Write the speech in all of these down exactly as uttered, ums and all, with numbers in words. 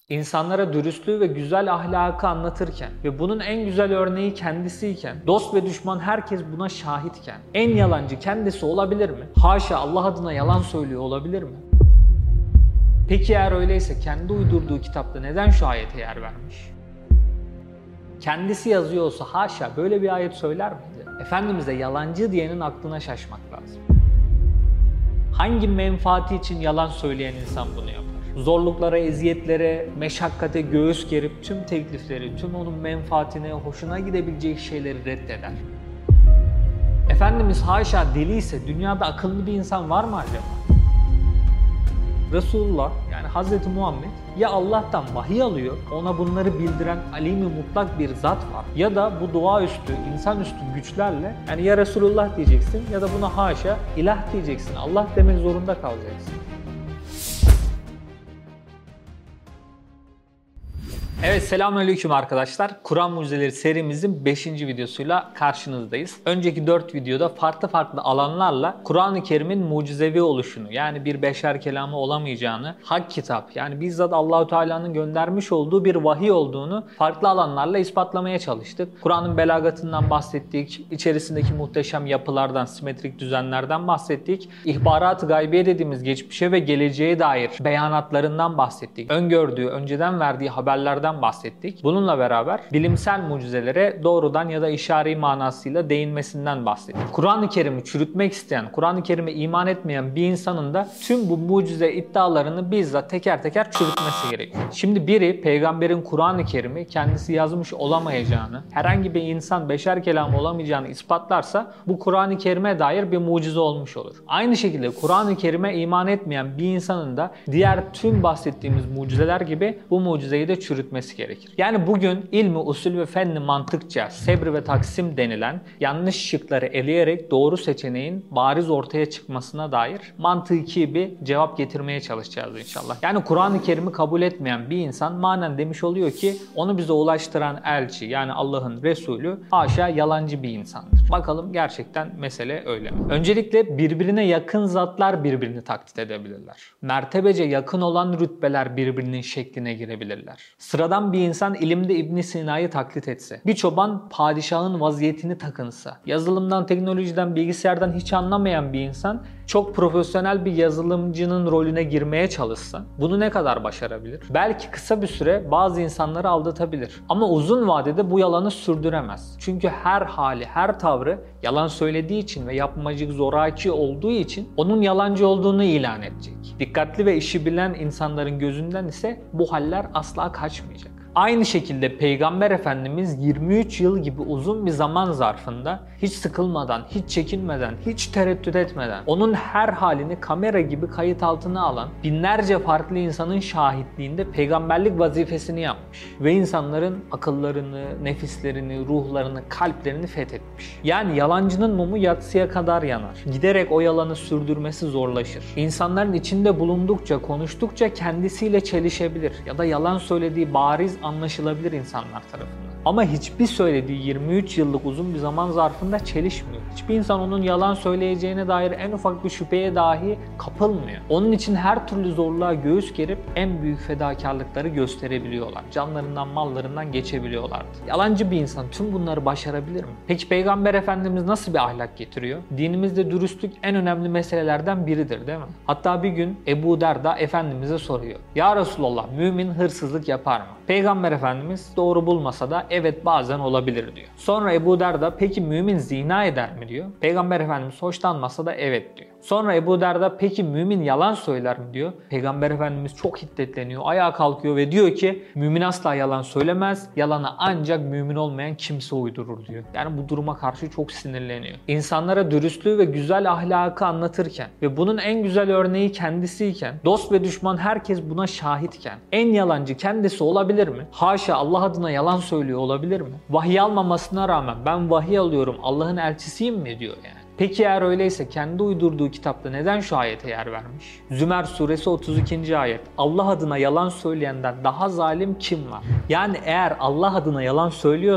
İnsanlara dürüstlüğü ve güzel ahlakı anlatırken ve bunun en güzel örneği kendisiyken, dost ve düşman herkes buna şahitken, en yalancı kendisi olabilir mi? Haşa, Allah adına yalan söylüyor olabilir mi? Peki eğer öyleyse kendi uydurduğu kitapta neden şu ayete yer vermiş? Kendisi yazıyor olsa haşa böyle bir ayet söyler miydi? Efendimiz'e yalancı diyenin aklına şaşmak lazım. Hangi menfaati için yalan söyleyen insan bunu yapar? Zorluklara, eziyetlere, meşakkate göğüs gerip tüm teklifleri, tüm onun menfaatine, hoşuna gidebileceği şeyleri reddeder. Efendimiz haşa deli ise dünyada akıllı bir insan var mı acaba? Resulullah yani Hazreti Muhammed ya Allah'tan vahiy alıyor, ona bunları bildiren alimi mutlak bir zat var ya da bu doğaüstü, insanüstü güçlerle yani ya Resulullah diyeceksin ya da buna haşa ilah diyeceksin, Allah demek zorunda kalacaksın. Evet, selamünaleyküm arkadaşlar. Kur'an Mucizeleri serimizin beşinci videosuyla karşınızdayız. Önceki dört videoda farklı farklı alanlarla Kur'an-ı Kerim'in mucizevi oluşunu, yani bir beşer kelamı olamayacağını, hak kitap, yani bizzat Allahu Teala'nın göndermiş olduğu bir vahiy olduğunu farklı alanlarla ispatlamaya çalıştık. Kur'an'ın belagatından bahsettik, içerisindeki muhteşem yapılardan, simetrik düzenlerden bahsettik. İhbarat-ı gaybiye dediğimiz geçmişe ve geleceğe dair beyanatlarından bahsettik. Öngördüğü, önceden verdiği haberlerden bahsettik. Bununla beraber bilimsel mucizelere doğrudan ya da işari manasıyla değinmesinden bahsettik. Kur'an-ı Kerim'i çürütmek isteyen, Kur'an-ı Kerim'e iman etmeyen bir insanın da tüm bu mucize iddialarını bizzat teker teker çürütmesi gerekiyor. Şimdi biri peygamberin Kur'an-ı Kerim'i kendisi yazmış olamayacağını, herhangi bir insan beşer kelamı olamayacağını ispatlarsa bu Kur'an-ı Kerim'e dair bir mucize olmuş olur. Aynı şekilde Kur'an-ı Kerim'e iman etmeyen bir insanın da diğer tüm bahsettiğimiz mucizeler gibi bu mucizeyi de çürütmesi gerekir. Yani bugün ilmi, usul ve fenni mantıkça sebr ve taksim denilen yanlış şıkları eleyerek doğru seçeneğin bariz ortaya çıkmasına dair mantıki bir cevap getirmeye çalışacağız inşallah. Yani Kur'an-ı Kerim'i kabul etmeyen bir insan manen demiş oluyor ki onu bize ulaştıran elçi yani Allah'ın Resulü haşa yalancı bir insandır. Bakalım gerçekten mesele öyle mi? Öncelikle birbirine yakın zatlar birbirini taklit edebilirler. Mertebece yakın olan rütbeler birbirinin şekline girebilirler. Sıradan bir insan ilimde İbn Sina'yı taklit etse, bir çoban padişahın vaziyetini takınsa, yazılımdan, teknolojiden, bilgisayardan hiç anlamayan bir insan çok profesyonel bir yazılımcının rolüne girmeye çalışsa bunu ne kadar başarabilir? Belki kısa bir süre bazı insanları aldatabilir. Ama uzun vadede bu yalanı sürdüremez. Çünkü her hali, her tavrı yalan söylediği için ve yapmacık, zoraki olduğu için onun yalancı olduğunu ilan edecek. Dikkatli ve işi bilen insanların gözünden ise bu haller asla kaçmayacak. Aynı şekilde Peygamber Efendimiz yirmi üç yıl gibi uzun bir zaman zarfında hiç sıkılmadan, hiç çekinmeden, hiç tereddüt etmeden onun her halini kamera gibi kayıt altına alan binlerce farklı insanın şahitliğinde peygamberlik vazifesini yapmış. Ve insanların akıllarını, nefislerini, ruhlarını, kalplerini fethetmiş. Yani yalancının mumu yatsıya kadar yanar. Giderek o yalanı sürdürmesi zorlaşır. İnsanların içinde bulundukça, konuştukça kendisiyle çelişebilir ya da yalan söylediği bariz anlaşılabilir insanlar tarafından. Ama hiçbir söylediği yirmi üç yıllık uzun bir zaman zarfında çelişmiyor. Hiçbir insan onun yalan söyleyeceğine dair en ufak bir şüpheye dahi kapılmıyor. Onun için her türlü zorluğa göğüs gerip en büyük fedakarlıkları gösterebiliyorlar. Canlarından, mallarından geçebiliyorlardı. Yalancı bir insan tüm bunları başarabilir mi? Peki Peygamber Efendimiz nasıl bir ahlak getiriyor? Dinimizde dürüstlük en önemli meselelerden biridir, değil mi? Hatta bir gün Ebu Derda Efendimiz'e soruyor. Ya Resulallah, mümin hırsızlık yapar mı? Peygamber Efendimiz doğru bulmasa da evet bazen olabilir diyor. Sonra Ebu Derda peki mümin zina eder mi diyor. Peygamber Efendimiz hoşlanmasa da evet diyor. Sonra Ebu Derda peki mümin yalan söyler mi diyor. Peygamber Efendimiz çok hiddetleniyor, ayağa kalkıyor ve diyor ki mümin asla yalan söylemez, yalanı ancak mümin olmayan kimse uydurur diyor. Yani bu duruma karşı çok sinirleniyor. İnsanlara dürüstlüğü ve güzel ahlakı anlatırken ve bunun en güzel örneği kendisiyken, dost ve düşman herkes buna şahitken, en yalancı kendisi olabilir mi? Haşa, Allah adına yalan söylüyor olabilir mi? Vahiy almamasına rağmen ben vahiy alıyorum, Allah'ın elçisiyim mi diyor yani. Peki eğer öyleyse kendi uydurduğu kitapta neden şu ayete yer vermiş? Zümer suresi otuz ikinci ayet. Allah adına yalan söyleyenden daha zalim kim var? Yani eğer Allah adına yalan söylüyorsa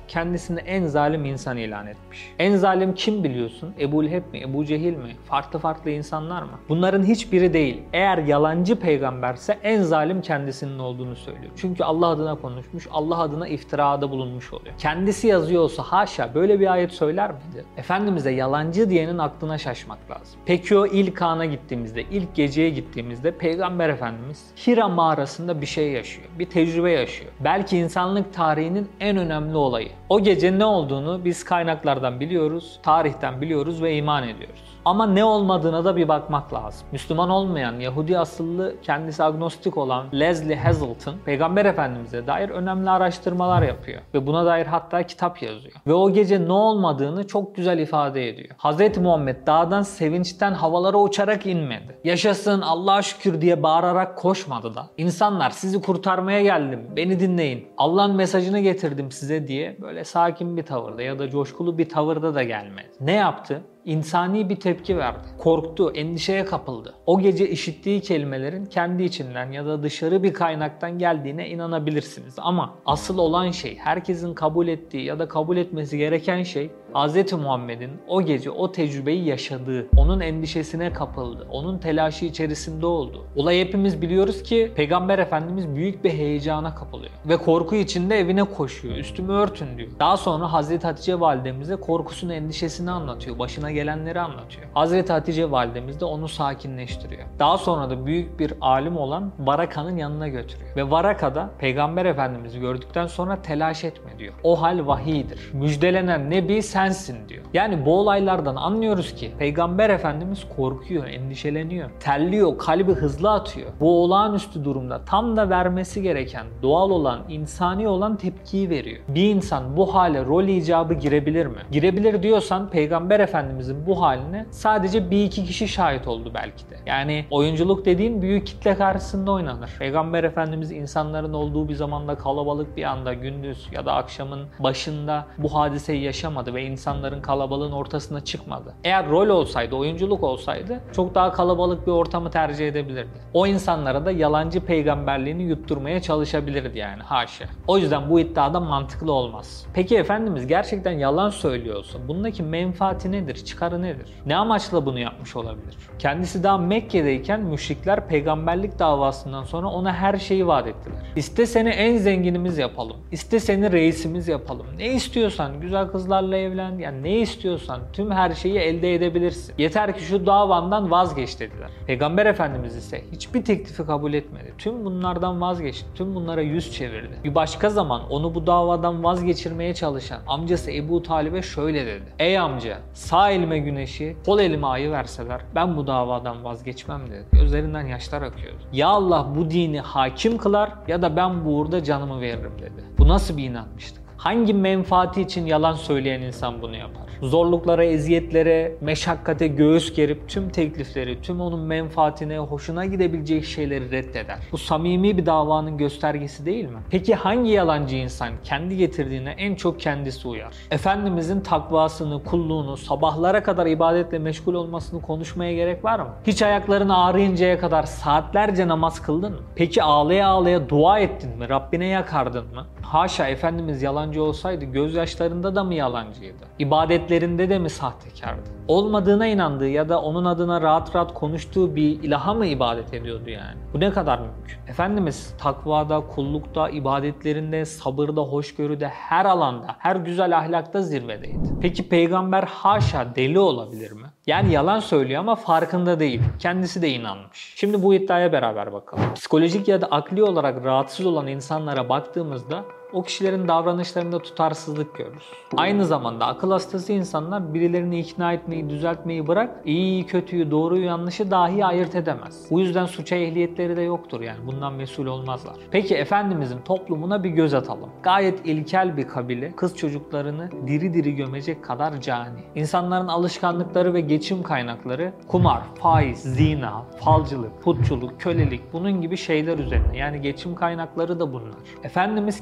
kendisini en zalim insan ilan etmiş. En zalim kim biliyorsun? Ebu Leheb mi? Ebu Cehil mi? Farklı farklı insanlar mı? Bunların hiçbiri değil. Eğer yalancı peygamberse en zalim kendisinin olduğunu söylüyor. Çünkü Allah adına konuşmuş, Allah adına iftirada bulunmuş oluyor. Kendisi yazıyor olsa haşa böyle bir ayet söyler miydi? Efendimiz'e yalancı diyenin aklına şaşmak lazım. Peki o ilk ana gittiğimizde, ilk geceye gittiğimizde Peygamber Efendimiz Hira mağarasında bir şey yaşıyor. Bir tecrübe yaşıyor. Belki insanlık tarihinin en önemli olayı. O gece ne olduğunu biz kaynaklardan biliyoruz, tarihten biliyoruz ve iman ediyoruz. Ama ne olmadığına da bir bakmak lazım. Müslüman olmayan, Yahudi asıllı, kendisi agnostik olan Leslie Hazelton, Peygamber Efendimiz'e dair önemli araştırmalar yapıyor. Ve buna dair hatta kitap yazıyor. Ve o gece ne olmadığını çok güzel ifade ediyor. Hz. Muhammed dağdan sevinçten havalara uçarak inmedi. Yaşasın, Allah'a şükür diye bağırarak koşmadı da. İnsanlar sizi kurtarmaya geldim, beni dinleyin, Allah'ın mesajını getirdim size diye böyle sakin bir tavırda ya da coşkulu bir tavırda da gelmedi. Ne yaptı? İnsani bir tepki verdi. Korktu, endişeye kapıldı. O gece işittiği kelimelerin kendi içinden ya da dışarı bir kaynaktan geldiğine inanabilirsiniz. Ama asıl olan şey, herkesin kabul ettiği ya da kabul etmesi gereken şey Hz. Muhammed'in o gece o tecrübeyi yaşadığı, onun endişesine kapıldı, onun telaşı içerisinde oldu. Olayı hepimiz biliyoruz ki Peygamber Efendimiz büyük bir heyecana kapılıyor. Ve korku içinde evine koşuyor, üstümü örtün diyor. Daha sonra Hazreti Hatice validemize korkusunu, endişesini anlatıyor, başına gelenleri anlatıyor. Hazreti Hatice validemiz de onu sakinleştiriyor. Daha sonra da büyük bir alim olan Varaka'nın yanına götürüyor. Ve Varaka da Peygamber Efendimiz'i gördükten sonra telaş etme diyor. O hal vahiydir. Müjdelenen Nebi sensin diyor. Yani bu olaylardan anlıyoruz ki Peygamber Efendimiz korkuyor, endişeleniyor, terliyor, kalbi hızlı atıyor. Bu olağanüstü durumda tam da vermesi gereken, doğal olan, insani olan tepkiyi veriyor. Bir insan bu hale rol icabı girebilir mi? Girebilir diyorsan Peygamber Efendimizin bu haline sadece bir iki kişi şahit oldu belki de. Yani oyunculuk dediğin büyük kitle karşısında oynanır. Peygamber Efendimiz insanların olduğu bir zamanda kalabalık bir anda gündüz ya da akşamın başında bu hadiseyi yaşamadı ve insanların kalabalığın ortasına çıkmadı. Eğer rol olsaydı, oyunculuk olsaydı çok daha kalabalık bir ortamı tercih edebilirdi. O insanlara da yalancı peygamberliğini yutturmaya çalışabilirdi yani haşa. O yüzden bu iddiada mantıklı olmaz. Peki Efendimiz gerçekten yalan söylüyorsa bundaki menfaati nedir, çıkarı nedir? Ne amaçla bunu yapmış olabilir? Kendisi daha Mekke'deyken müşrikler peygamberlik davasından sonra ona her şeyi vaat ettiler. İste seni en zenginimiz yapalım, iste seni reisimiz yapalım. Ne istiyorsan, güzel kızlarla evlen, yani ne istiyorsan tüm her şeyi elde edebilirsin. Yeter ki şu davandan vazgeç dediler. Peygamber Efendimiz ise hiçbir teklifi kabul etmedi. Tüm bunlardan vazgeçti. Tüm bunlara yüz çevirdi. Bir başka zaman onu bu davadan vazgeçirmeye çalışan amcası Ebu Talib'e şöyle dedi. Ey amca, sağ elime güneşi, sol elime ayı verseler ben bu davadan vazgeçmem dedi. Gözlerinden yaşlar akıyordu. Ya Allah bu dini hakim kılar ya da ben bu uğurda canımı veririm dedi. Bu nasıl bir inanmıştık? Hangi menfaati için yalan söyleyen insan bunu yapar? Zorluklara, eziyetlere, meşakkate göğüs gerip tüm teklifleri, tüm onun menfaatine, hoşuna gidebilecek şeyleri reddeder. Bu samimi bir davanın göstergesi değil mi? Peki hangi yalancı insan kendi getirdiğine en çok kendisi uyar? Efendimizin takvasını, kulluğunu, sabahlara kadar ibadetle meşgul olmasını konuşmaya gerek var mı? Hiç ayakların ağrıyıncaya kadar saatlerce namaz kıldın mı? Peki ağlaya ağlaya dua ettin mi? Rabbine yakardın mı? Haşa, Efendimiz yalancı olsaydı gözyaşlarında da mı yalancıydı? İbadetlerinde de mi sahtekardı? Olmadığına inandığı ya da onun adına rahat rahat konuştuğu bir ilaha mı ibadet ediyordu yani? Bu ne kadar mümkün? Efendimiz takvada, kullukta, ibadetlerinde, sabırda, hoşgörüde, her alanda, her güzel ahlakta zirvedeydi. Peki peygamber haşa deli olabilir mi? Yani yalan söylüyor ama farkında değil. Kendisi de inanmış. Şimdi bu iddiaya beraber bakalım. Psikolojik ya da akli olarak rahatsız olan insanlara baktığımızda o kişilerin davranışlarında tutarsızlık görürüz. Aynı zamanda akıl hastası insanlar birilerini ikna etmeyi, düzeltmeyi bırak, iyiyi, kötüyü, doğruyu, yanlışı dahi ayırt edemez. Bu yüzden suça ehliyetleri de yoktur yani. Bundan mesul olmazlar. Peki Efendimizin toplumuna bir göz atalım. Gayet ilkel bir kabile, kız çocuklarını diri diri gömecek kadar cani. İnsanların alışkanlıkları ve geçim kaynakları kumar, faiz, zina, falcılık, putçuluk, kölelik, bunun gibi şeyler üzerine. Yani geçim kaynakları da bunlar. Efendimiz kim peki?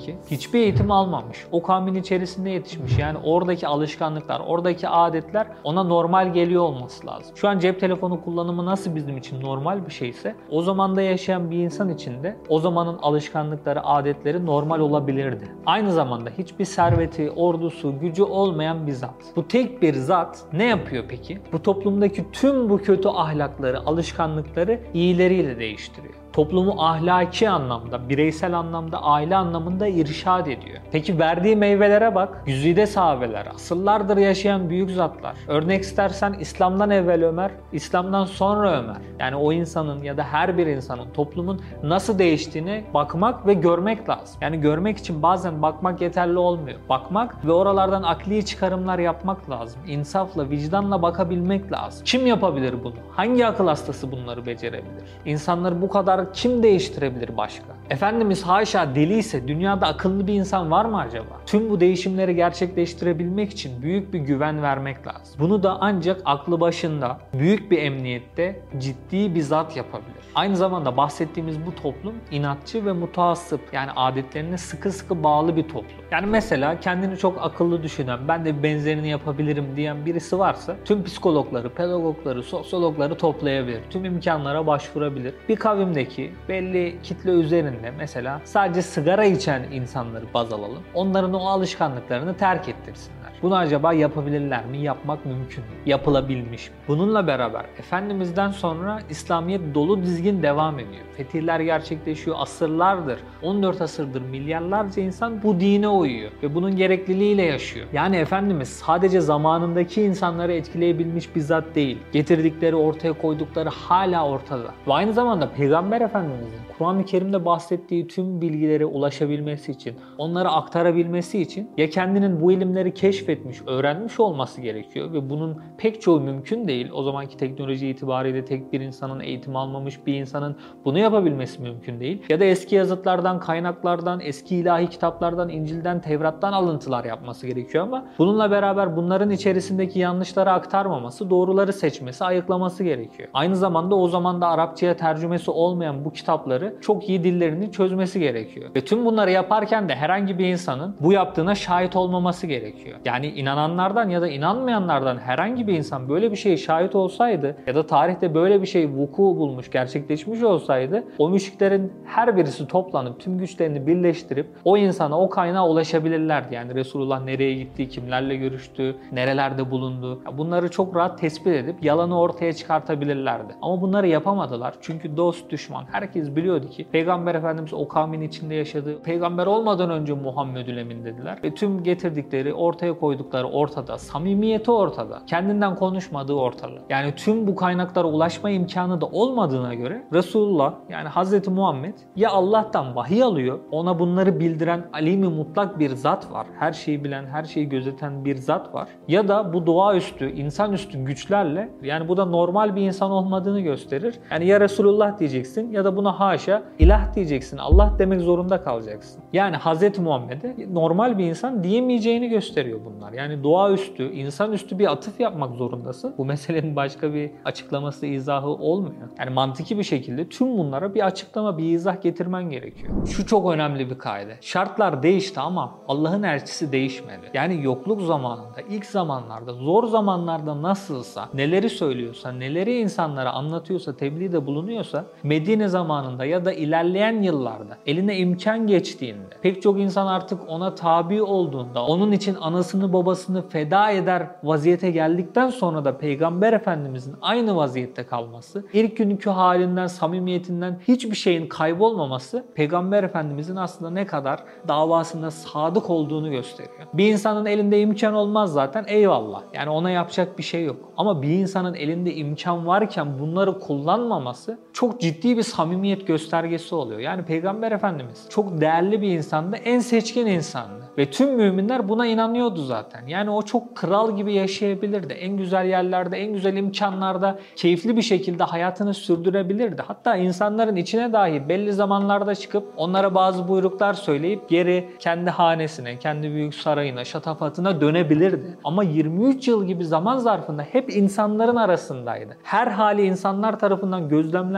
ki hiçbir eğitim almamış. O kavmin içerisinde yetişmiş. Yani oradaki alışkanlıklar, oradaki adetler ona normal geliyor olması lazım. Şu an cep telefonu kullanımı nasıl bizim için normal bir şeyse, o zamanda yaşayan bir insan için de o zamanın alışkanlıkları, adetleri normal olabilirdi. Aynı zamanda hiçbir serveti, ordusu, gücü olmayan bir zat. Bu tek bir zat ne yapıyor peki? Bu toplumdaki tüm bu kötü ahlakları, alışkanlıkları iyileriyle değiştiriyor. Toplumu ahlaki anlamda, bireysel anlamda, aile anlamında irşad ediyor. Peki verdiği meyvelere bak. Güzide sahabeler, asıllardır yaşayan büyük zatlar. Örnek istersen İslam'dan evvel Ömer, İslam'dan sonra Ömer. Yani o insanın ya da her bir insanın, toplumun nasıl değiştiğine bakmak ve görmek lazım. Yani görmek için bazen bakmak yeterli olmuyor. Bakmak ve oralardan akli çıkarımlar yapmak lazım. İnsafla, vicdanla bakabilmek lazım. Kim yapabilir bunu? Hangi akıl hastası bunları becerebilir? İnsanları bu kadar kim değiştirebilir başka? Efendimiz haşa deli ise dünyada akıllı bir insan var mı acaba? Tüm bu değişimleri gerçekleştirebilmek için büyük bir güven vermek lazım. Bunu da ancak aklı başında, büyük bir emniyette ciddi bir zat yapabilir. Aynı zamanda bahsettiğimiz bu toplum inatçı ve mutaassıp, yani adetlerine sıkı sıkı bağlı bir toplum. Yani mesela kendini çok akıllı düşünen, ben de benzerini yapabilirim diyen birisi varsa tüm psikologları, pedagogları, sosyologları toplayabilir. Tüm imkanlara başvurabilir. Bir kavimdeki belli kitle üzerinde mesela sadece sigara içen insanları baz alalım. Onların o alışkanlıklarını terk ettirsinler. Bunu acaba yapabilirler mi? Yapmak mümkün mü? Yapılabilmiş mi? Bununla beraber Efendimiz'den sonra İslamiyet dolu dizgin devam ediyor. Fetihler gerçekleşiyor. Asırlardır, on dört asırdır milyarlarca insan bu dine uyuyor ve bunun gerekliliğiyle yaşıyor. Yani Efendimiz sadece zamanındaki insanları etkileyebilmiş bir zat değil. Getirdikleri, ortaya koydukları hala ortada. Ve aynı zamanda Peygamber Efendimiz'in Kur'an-ı Kerim'de bahsettiği tüm bilgilere ulaşabilmesi için, onları aktarabilmesi için ya kendinin bu ilimleri keşfetmiş, öğrenmiş olması gerekiyor ve bunun pek çoğu mümkün değil. O zamanki teknoloji itibariyle tek bir insanın, eğitim almamış bir insanın bunu yapabilmesi mümkün değil. Ya da eski yazıtlardan, kaynaklardan, eski ilahi kitaplardan, İncil'den, Tevrat'tan alıntılar yapması gerekiyor ama bununla beraber bunların içerisindeki yanlışları aktarmaması, doğruları seçmesi, ayıklaması gerekiyor. Aynı zamanda o zaman da Arapçaya tercümesi olmayan bu kitapları çok iyi dillerini çözmesi gerekiyor. Ve tüm bunları yaparken de herhangi bir insanın bu yaptığına şahit olmaması gerekiyor. Yani inananlardan ya da inanmayanlardan herhangi bir insan böyle bir şeye şahit olsaydı ya da tarihte böyle bir şey vuku bulmuş, gerçekleşmiş olsaydı o müşriklerin her birisi toplanıp tüm güçlerini birleştirip o insana, o kaynağa ulaşabilirlerdi. Yani Resulullah nereye gitti, kimlerle görüştü, nerelerde bulundu. Bunları çok rahat tespit edip yalanı ortaya çıkartabilirlerdi. Ama bunları yapamadılar. Çünkü dost, düşman, herkes biliyordu ki Peygamber Efendimiz o kavmin içinde yaşadı. Peygamber olmadan önce Muhammedül Emin dediler. Ve tüm getirdikleri, ortaya koydukları ortada. Samimiyeti ortada. Kendinden konuşmadığı ortada. Yani tüm bu kaynaklara ulaşma imkanı da olmadığına göre Resulullah, yani Hazreti Muhammed ya Allah'tan vahiy alıyor, ona bunları bildiren alimi mutlak bir zat var. Her şeyi bilen, her şeyi gözeten bir zat var. Ya da bu doğaüstü, insanüstü güçlerle, yani bu da normal bir insan olmadığını gösterir. Yani ya Resulullah diyeceksin ya da buna haşa ilah diyeceksin. Allah demek zorunda kalacaksın. Yani Hazreti Muhammed'e normal bir insan diyemeyeceğini gösteriyor bunlar. Yani doğaüstü, insanüstü bir atıf yapmak zorundasın. Bu meselenin başka bir açıklaması, izahı olmuyor. Yani mantıki bir şekilde tüm bunlara bir açıklama, bir izah getirmen gerekiyor. Şu çok önemli bir kaide. Şartlar değişti ama Allah'ın elçisi değişmedi. Yani yokluk zamanında, ilk zamanlarda, zor zamanlarda nasılsa, neleri söylüyorsa, neleri insanlara anlatıyorsa, tebliğde bulunuyorsa, Medine zamanında ya da ilerleyen yıllarda eline imkan geçtiğinde, pek çok insan artık ona tabi olduğunda, onun için anasını babasını feda eder vaziyete geldikten sonra da Peygamber Efendimizin aynı vaziyette kalması, ilk günkü halinden, samimiyetinden hiçbir şeyin kaybolmaması Peygamber Efendimizin aslında ne kadar davasında sadık olduğunu gösteriyor. Bir insanın elinde imkan olmaz zaten, eyvallah. Yani ona yapacak bir şey yok. Ama bir insanın elinde imkan varken bunları kullanmaması çok ciddi bir samimiyet göstergesi oluyor. Yani Peygamber Efendimiz çok değerli bir insandı, en seçkin insandı. Ve tüm müminler buna inanıyordu zaten. Yani o çok kral gibi yaşayabilirdi. En güzel yerlerde, en güzel imkanlarda keyifli bir şekilde hayatını sürdürebilirdi. Hatta insanların içine dahi belli zamanlarda çıkıp onlara bazı buyruklar söyleyip geri kendi hanesine, kendi büyük sarayına, şatafatına dönebilirdi. Ama yirmi üç yıl gibi zaman zarfında hep insanların arasındaydı. Her hali insanlar tarafından gözlemlendiği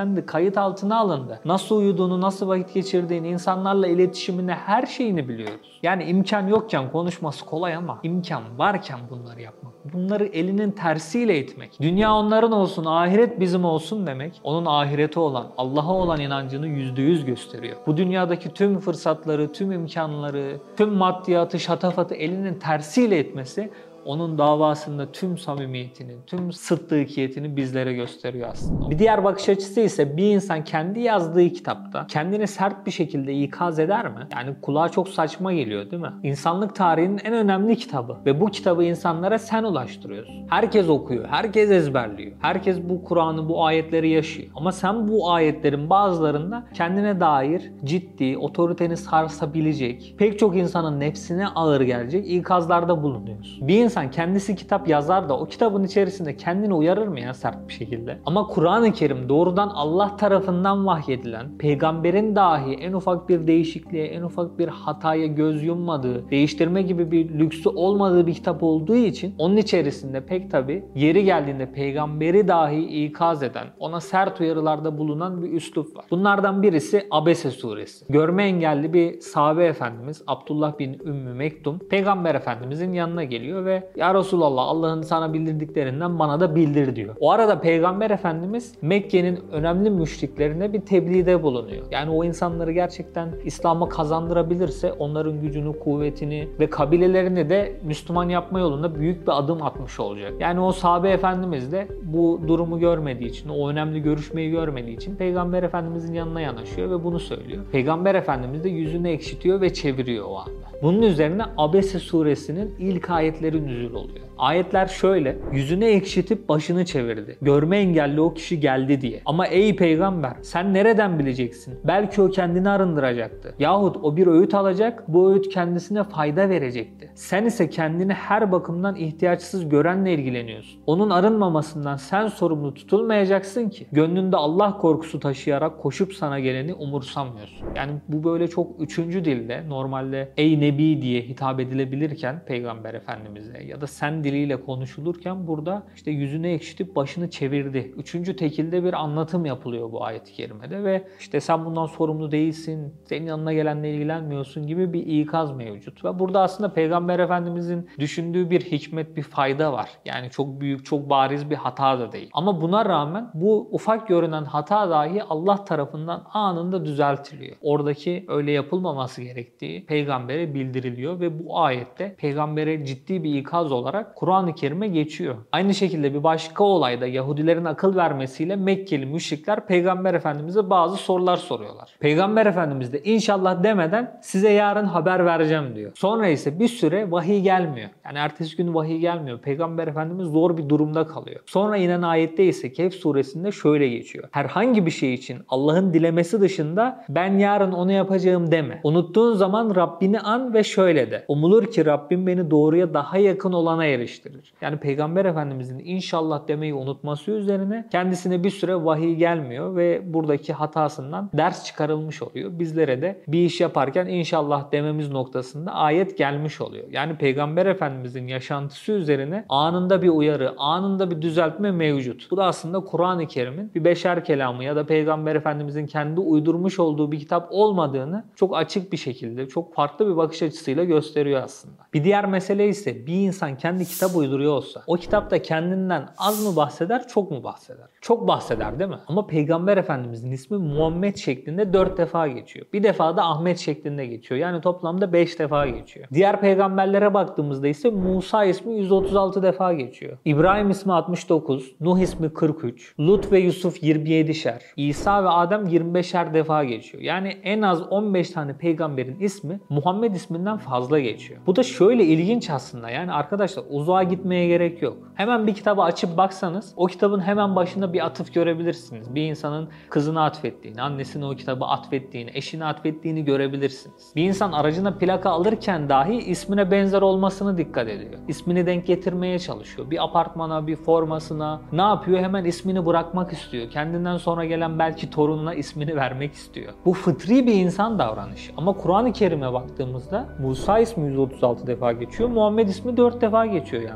dinlendi, kayıt altına alındı. Nasıl uyuduğunu, nasıl vakit geçirdiğini, insanlarla iletişimini, her şeyini biliyoruz. Yani imkan yokken konuşması kolay ama imkan varken bunları yapmak, bunları elinin tersiyle itmek, dünya onların olsun, ahiret bizim olsun demek, onun ahireti olan, Allah'a olan inancını yüzde yüz gösteriyor. Bu dünyadaki tüm fırsatları, tüm imkanları, tüm maddiyatı, şatafatı elinin tersiyle etmesi, onun davasında tüm samimiyetini, tüm sıddıkiyetini bizlere gösteriyor aslında. Bir diğer bakış açısı ise bir insan kendi yazdığı kitapta kendini sert bir şekilde ikaz eder mi? Yani kulağa çok saçma geliyor değil mi? İnsanlık tarihinin en önemli kitabı ve bu kitabı insanlara sen ulaştırıyorsun. Herkes okuyor, herkes ezberliyor. Herkes bu Kur'an'ı, bu ayetleri yaşıyor. Ama sen bu ayetlerin bazılarında kendine dair ciddi, otoriteni sarsabilecek, pek çok insanın nefsine ağır gelecek ikazlarda bulunuyorsun. Bir insan kendisi kitap yazar da o kitabın içerisinde kendini uyarır mı ya sert bir şekilde? Ama Kur'an-ı Kerim doğrudan Allah tarafından vahyedilen, peygamberin dahi en ufak bir değişikliğe, en ufak bir hataya göz yummadığı, değiştirme gibi bir lüksü olmadığı bir kitap olduğu için onun içerisinde pek tabi yeri geldiğinde peygamberi dahi ikaz eden, ona sert uyarılarda bulunan bir üslup var. Bunlardan birisi Abese suresi. Görme engelli bir sahabe efendimiz Abdullah bin Ümmü Mektum peygamber efendimizin yanına geliyor ve "Ya Resulallah, Allah'ın sana bildirdiklerinden bana da bildir" diyor. O arada Peygamber Efendimiz Mekke'nin önemli müşriklerine bir tebliğde bulunuyor. Yani o insanları gerçekten İslam'a kazandırabilirse onların gücünü, kuvvetini ve kabilelerini de Müslüman yapma yolunda büyük bir adım atmış olacak. Yani o sahabe efendimiz de bu durumu görmediği için, o önemli görüşmeyi görmediği için Peygamber Efendimizin yanına yanaşıyor ve bunu söylüyor. Peygamber Efendimiz de yüzünü ekşitiyor ve çeviriyor o anda. Bunun üzerine Abese suresinin ilk ayetleri nüzul oluyor. Ayetler şöyle: yüzünü ekşitip başını çevirdi. Görme engelli o kişi geldi diye. Ama ey peygamber, sen nereden bileceksin? Belki o kendini arındıracaktı. Yahut o bir öğüt alacak, bu öğüt kendisine fayda verecekti. Sen ise kendini her bakımdan ihtiyaçsız görenle ilgileniyorsun. Onun arınmamasından sen sorumlu tutulmayacaksın ki. Gönlünde Allah korkusu taşıyarak koşup sana geleni umursamıyorsun. Yani bu böyle çok üçüncü dilde, normalde ey Nebi diye hitap edilebilirken Peygamber Efendimiz'e ya da sen diliyle konuşulurken burada işte yüzünü ekşitip başını çevirdi. Üçüncü tekilde bir anlatım yapılıyor bu ayet-i kerimede ve işte sen bundan sorumlu değilsin, senin yanına gelenle ilgilenmiyorsun gibi bir ikaz mevcut. Ve burada aslında Peygamber Efendimiz'in düşündüğü bir hikmet, bir fayda var. Yani çok büyük, çok bariz bir hata da değil. Ama buna rağmen bu ufak görünen hata dahi Allah tarafından anında düzeltiliyor. Oradaki öyle yapılmaması gerektiği peygambere bildiriliyor ve bu ayette peygambere ciddi bir ikaz olarak Kur'an-ı Kerim'e geçiyor. Aynı şekilde bir başka olayda Yahudilerin akıl vermesiyle Mekkeli müşrikler Peygamber Efendimiz'e bazı sorular soruyorlar. Peygamber Efendimiz de inşallah demeden size yarın haber vereceğim diyor. Sonra ise bir süre vahiy gelmiyor. Yani ertesi gün vahiy gelmiyor. Peygamber Efendimiz zor bir durumda kalıyor. Sonra inen ayette ise Kehf suresinde şöyle geçiyor: herhangi bir şey için Allah'ın dilemesi dışında ben yarın onu yapacağım deme. Unuttuğun zaman Rabbini an ve şöyle de: umulur ki Rabbim beni doğruya daha yakın olana eriştirir. Yani Peygamber Efendimizin inşallah demeyi unutması üzerine kendisine bir süre vahiy gelmiyor ve buradaki hatasından ders çıkarılmış oluyor. Bizlere de bir iş yaparken inşallah dememiz noktasında ayet gelmiş oluyor. Yani Peygamber Efendimizin yaşantısı üzerine anında bir uyarı, anında bir düzeltme mevcut. Bu da aslında Kur'an-ı Kerim'in bir beşer kelamı ya da Peygamber Efendimizin kendi uydurmuş olduğu bir kitap olmadığını çok açık bir şekilde, çok farklı bir bakış açısıyla gösteriyor aslında. Bir diğer mesele ise bir insan kendi kitap uyduruyor olsa o kitapta kendinden az mı bahseder, çok mu bahseder? Çok bahseder değil mi? Ama Peygamber Efendimizin ismi Muhammed şeklinde dört defa geçiyor. Bir defa da Ahmet şeklinde geçiyor. Yani toplamda beş defa geçiyor. Diğer peygamberlere baktığımızda ise Musa ismi yüz otuz altı defa geçiyor. İbrahim ismi altmış dokuz, Nuh ismi kırk üç, Lut ve Yusuf yirmi yedişer, İsa ve Adem yirmi beşer defa geçiyor. Yani en az on beş tane peygamberin ismi Muhammed isminden fazla geçiyor. Bu da şöyle ilginç aslında. Yani arkadaşlar uzağa gitmeye gerek yok. Hemen bir kitabı açıp baksanız o kitabın hemen başında bir atıf görebilirsiniz. Bir insanın kızına atfettiğini, annesine o kitabı atfettiğini, eşine atfettiğini görebilirsiniz. Bir insan aracına plaka alırken dahi ismine benzer olmasını dikkat ediyor. İsmini denk getirmeye çalışıyor. Bir apartmana, bir formasına ne yapıyor? Hemen ismini bırakmak istiyor. Kendinden sonra gelen belki torununa ismini vermek istiyor. Bu fıtri bir insan davranışı. Ama Kur'an-ı Kerim'e baktığımızda Musa ismi yüz otuz altı defa geçiyor. Muhammed ismi dört defa geçiyor yalnızca.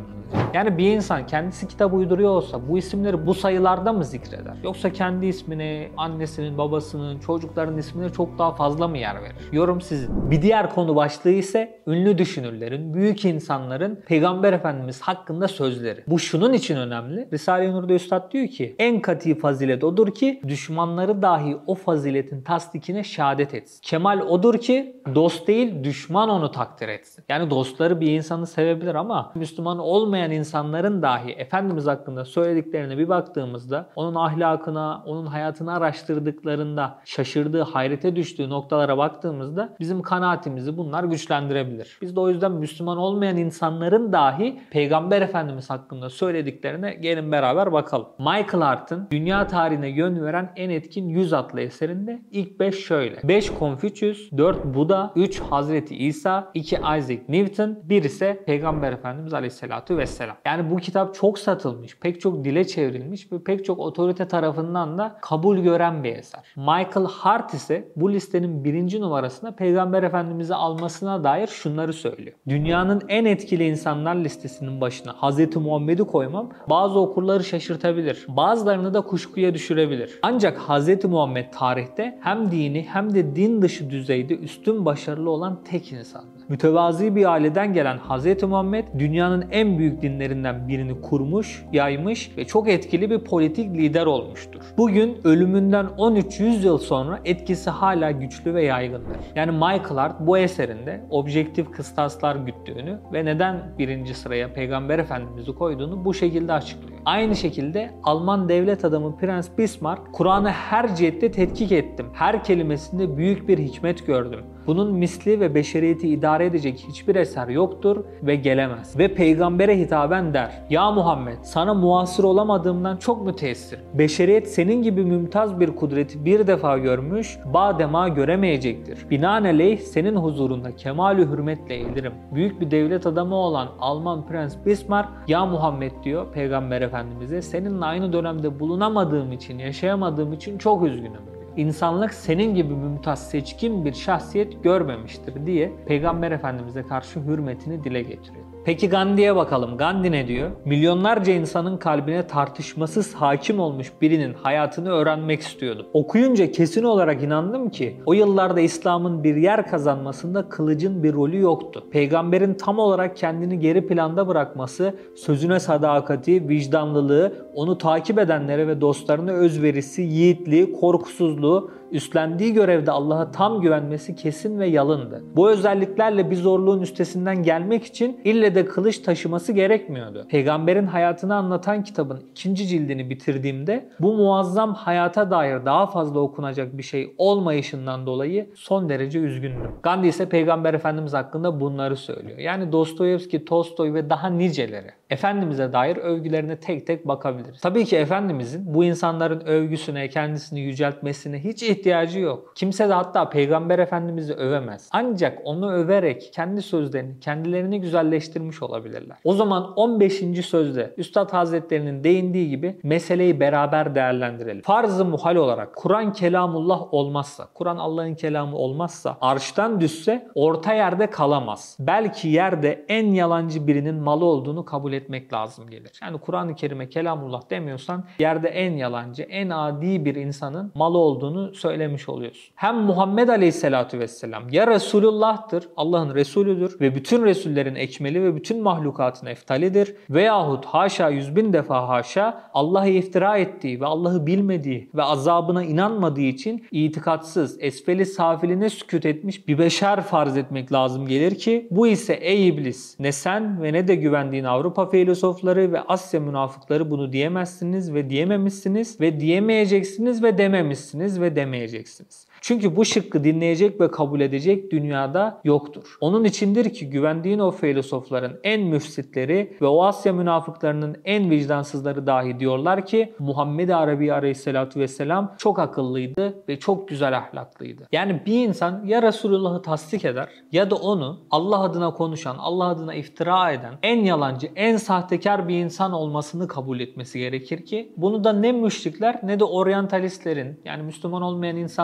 Yani bir insan kendisi kitap uyduruyor olsa bu isimleri bu sayılarda mı zikreder? Yoksa kendi ismini, annesinin, babasının, çocukların ismine çok daha fazla mı yer verir? Yorum sizin. Bir diğer konu başlığı ise ünlü düşünürlerin, büyük insanların Peygamber Efendimiz hakkında sözleri. Bu şunun için önemli. Risale-i Nur'da Üstad diyor ki en kat'i fazilet odur ki düşmanları dahi o faziletin tasdikine şehadet etsin. Kemal odur ki dost değil düşman onu takdir etsin. Yani dostları bir insanı sevebilir ama Müslüman olmayan insanların dahi Efendimiz hakkında söylediklerine bir baktığımızda onun ahlakına, onun hayatını araştırdıklarında şaşırdığı, hayrete düştüğü noktalara baktığımızda bizim kanaatimizi bunlar güçlendirebilir. Biz de o yüzden Müslüman olmayan insanların dahi Peygamber Efendimiz hakkında söylediklerine gelin beraber bakalım. Michael Hart'ın dünya tarihine yön veren en etkin yüz adlı eserinde ilk beş şöyle. beş Konfüçyüs, dört Buda, üç Hazreti İsa, iki Isaac Newton, bir ise Peygamber Efendimiz Aleyhisselatü Vesselam. Yani bu kitap çok satılmış, pek çok dile çevrilmiş ve pek çok otorite tarafından da kabul gören bir eser. Michael Hart ise bu listenin birinci numarasına Peygamber Efendimiz'i almasına dair şunları söylüyor. Dünyanın en etkili insanlar listesinin başına Hazreti Muhammed'i koymam bazı okurları şaşırtabilir. Bazılarını da kuşkuya düşürebilir. Ancak Hazreti Muhammed tarihte hem dini hem de din dışı düzeyde üstün başarılı olan tek insandı. Mütevazi bir aileden gelen Hazreti Muhammed dünyanın en büyük dinlerinden birini kurmuş, yaymış ve çok etkili bir politik lider olmuştur. Bugün ölümünden on üç yüz yıl sonra etkisi hala güçlü ve yaygındır. Yani Michael Hart bu eserinde objektif kıstaslar güttüğünü ve neden birinci sıraya Peygamber Efendimiz'i koyduğunu bu şekilde açıklıyor. Aynı şekilde Alman devlet adamı Prens Bismarck, Kur'an'ı her cihette tetkik ettim. Her kelimesinde büyük bir hikmet gördüm. Bunun misli ve beşeriyeti idare edecek hiçbir eser yoktur ve gelemez. Ve peygambere hitaben der. Ya Muhammed, sana muasır olamadığımdan çok müteessir. Beşeriyet senin gibi mümtaz bir kudreti bir defa görmüş, badema göremeyecektir. Binaenaleyh senin huzurunda kemal-i hürmetle eğilirim. Büyük bir devlet adamı olan Alman Prens Bismarck, ya Muhammed diyor Peygamber Efendimiz'e, seninle aynı dönemde bulunamadığım için, yaşayamadığım için çok üzgünüm. İnsanlık senin gibi mümtaz, seçkin bir şahsiyet görmemiştir diye Peygamber Efendimiz'e karşı hürmetini dile getiriyor. Peki Gandhi'ye bakalım. Gandhi ne diyor? Milyonlarca insanın kalbine tartışmasız hakim olmuş birinin hayatını öğrenmek istiyordum. Okuyunca kesin olarak inandım ki o yıllarda İslam'ın bir yer kazanmasında kılıcın bir rolü yoktu. Peygamberin tam olarak kendini geri planda bırakması, sözüne sadakati, vicdanlılığı, onu takip edenlere ve dostlarına özverisi, yiğitliği, korkusuzluğu, üstlendiği görevde Allah'a tam güvenmesi kesin ve yalındı. Bu özelliklerle bir zorluğun üstesinden gelmek için ille de kılıç taşıması gerekmiyordu. Peygamberin hayatını anlatan kitabın ikinci cildini bitirdiğimde bu muazzam hayata dair daha fazla okunacak bir şey olmayışından dolayı son derece üzgündüm. Gandhi ise Peygamber Efendimiz hakkında bunları söylüyor. Yani Dostoyevski, Tolstoy ve daha niceleri. Efendimiz'e dair övgülerine tek tek bakabiliriz. Tabii ki Efendimiz'in bu insanların övgüsüne, kendisini yüceltmesine hiç ihtiyacı yok. Kimse de hatta Peygamber Efendimiz'i övemez. Ancak onu överek kendi sözlerini, kendilerini güzelleştirmiş olabilirler. O zaman on beşinci sözde Üstad Hazretlerinin değindiği gibi meseleyi beraber değerlendirelim. Farz-ı muhal olarak Kur'an kelamullah olmazsa, Kur'an Allah'ın kelamı olmazsa, arştan düşse orta yerde kalamaz. Belki yerde en yalancı birinin malı olduğunu kabul etmek lazım gelir. Yani Kur'an-ı Kerim'e kelamullah demiyorsan yerde en yalancı, en adi bir insanın malı olduğunu söylemiş oluyorsun. Hem Muhammed Aleyhisselatü Vesselam ya Resulullah'tır, Allah'ın Resulüdür ve bütün Resullerin ekmeli ve bütün mahlukatın eftalidir veyahut haşa yüz bin defa haşa Allah'ı iftira ettiği ve Allah'ı bilmediği ve azabına inanmadığı için itikatsız, esfeli safiline sükût etmiş bir beşer farz etmek lazım gelir ki bu ise ey iblis ne sen ve ne de güvendiğin Avrupa filozofları ve Asya münafıkları bunu diyemezsiniz ve diyememişsiniz ve diyemeyeceksiniz ve dememişsiniz ve demeyeceksiniz. Çünkü bu şıkkı dinleyecek ve kabul edecek dünyada yoktur. Onun içindir ki güvendiğin o filozofların en müfsitleri ve o Asya münafıklarının en vicdansızları dahi diyorlar ki Muhammed Arabi Aleyhisselatü Vesselam çok akıllıydı ve çok güzel ahlaklıydı. Yani bir insan ya Resulullah'ı tasdik eder ya da onu Allah adına konuşan, Allah adına iftira eden, en yalancı, en sahtekar bir insan olmasını kabul etmesi gerekir ki bunu da ne müşrikler ne de oryantalistlerin yani Müslüman olmayan insanların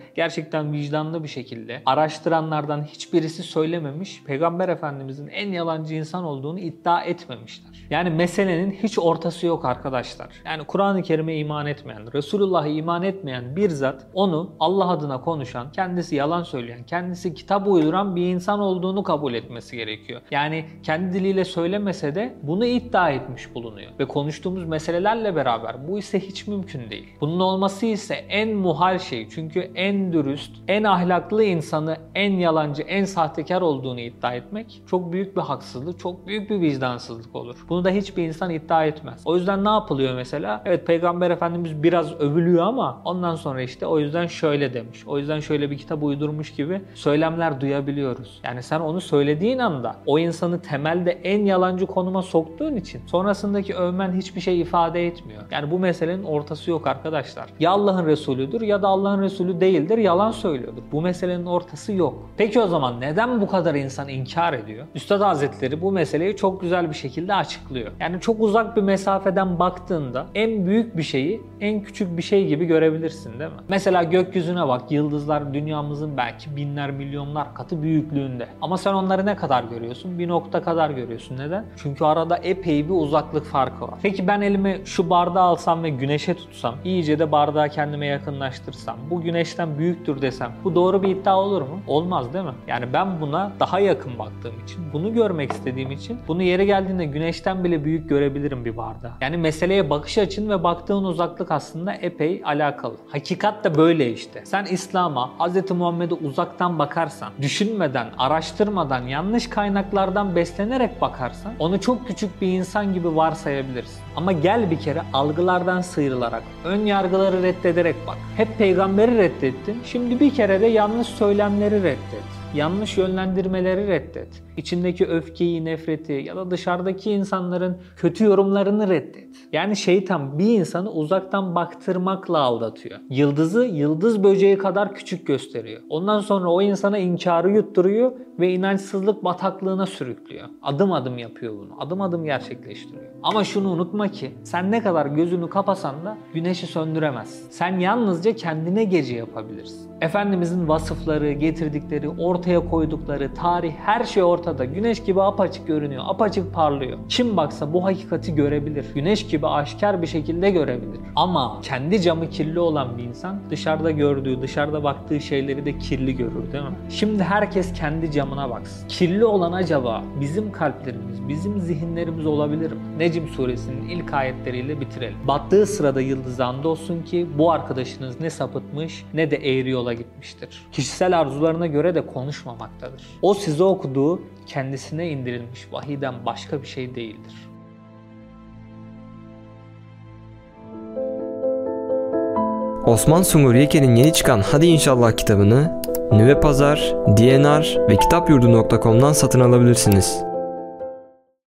gerçekten vicdanlı bir şekilde araştıranlardan hiçbirisi söylememiş, Peygamber Efendimizin en yalancı insan olduğunu iddia etmemişler. Yani meselenin hiç ortası yok arkadaşlar. Yani Kur'an-ı Kerim'e iman etmeyen, Resulullah'a iman etmeyen bir zat onu Allah adına konuşan, kendisi yalan söyleyen, kendisi kitap uyduran bir insan olduğunu kabul etmesi gerekiyor. Yani kendi diliyle söylemese de bunu iddia etmiş bulunuyor. Ve konuştuğumuz meselelerle beraber bu ise hiç mümkün değil. Bunun olması ise en muhal şey. Çünkü en dürüst, en ahlaklı insanı en yalancı, en sahtekar olduğunu iddia etmek çok büyük bir haksızlık, çok büyük bir vicdansızlık olur. Bunu da hiçbir insan iddia etmez. O yüzden ne yapılıyor mesela? Evet, Peygamber Efendimiz biraz övülüyor ama ondan sonra işte o yüzden şöyle demiş, o yüzden şöyle bir kitap uydurmuş gibi söylemler duyabiliyoruz. Yani sen onu söylediğin anda o insanı temelde en yalancı konuma soktuğun için sonrasındaki övmen hiçbir şey ifade etmiyor. Yani bu meselenin ortası yok arkadaşlar. Ya Allah'ın Resulüdür ya da Allah'ın Resulü değildir, yalan söylüyordur. Bu meselenin ortası yok. Peki o zaman neden bu kadar insan inkar ediyor? Üstad Hazretleri bu meseleyi çok güzel bir şekilde açıklıyor. Yani çok uzak bir mesafeden baktığında en büyük bir şeyi en küçük bir şey gibi görebilirsin, değil mi? Mesela gökyüzüne bak, yıldızlar dünyamızın belki binler milyonlar katı büyüklüğünde. Ama sen onları ne kadar görüyorsun? Bir nokta kadar görüyorsun. Neden? Çünkü arada epey bir uzaklık farkı var. Peki ben elime şu bardağı alsam ve güneşe tutsam, iyice de bardağı kendime yakınlaştırsam, bu güneşten büyüktür desem, bu doğru bir iddia olur mu? Olmaz, değil mi? Yani ben buna daha yakın baktığım için, bunu görmek istediğim için, bunu yeri geldiğinde güneşten bile büyük görebilirim bir bardağı. Yani meseleye bakış açın ve baktığın uzaklık aslında epey alakalı. Hakikat de böyle işte. Sen İslam'a, Hz. Muhammed'e uzaktan bakarsan, düşünmeden, araştırmadan, yanlış kaynaklardan beslenerek bakarsan, onu çok küçük bir insan gibi varsayabilirsin. Ama gel bir kere algılardan sıyrılarak, ön yargıları reddederek bak. Hep peygamberi reddettin, şimdi bir kere de yanlış söylemleri reddet. Yanlış yönlendirmeleri reddet. İçindeki öfkeyi, nefreti ya da dışarıdaki insanların kötü yorumlarını reddet. Yani şeytan bir insanı uzaktan baktırmakla aldatıyor. Yıldızı yıldız böceği kadar küçük gösteriyor. Ondan sonra o insana inkarı yutturuyor ve inançsızlık bataklığına sürüklüyor. Adım adım yapıyor bunu. Adım adım gerçekleştiriyor. Ama şunu unutma ki sen ne kadar gözünü kapasan da güneşi söndüremezsin. Sen yalnızca kendine gece yapabilirsin. Efendimizin vasıfları, getirdikleri, ortaya koydukları, tarih, her şey ortada. Güneş gibi apaçık görünüyor, apaçık parlıyor. Kim baksa bu hakikati görebilir. Güneş gibi aşikar bir şekilde görebilir. Ama kendi camı kirli olan bir insan dışarıda gördüğü, dışarıda baktığı şeyleri de kirli görür, değil mi? Şimdi herkes kendi camına baksın. Kirli olan acaba bizim kalplerimiz, bizim zihinlerimiz olabilir mi? Necm suresinin ilk ayetleriyle bitirelim. Battığı sırada yıldızı andolsun ki bu arkadaşınız ne sapıtmış ne de eğri yola gitmiştir. Kişisel arzularına göre de konuşmamaktadır. O size okuduğu kendisine indirilmiş vahiyden başka bir şey değildir. Osman Sungur Yeke'nin yeni çıkan Hadi İnşallah kitabını Nüve Pazar, D N R ve kitapyurdu nokta com'dan satın alabilirsiniz.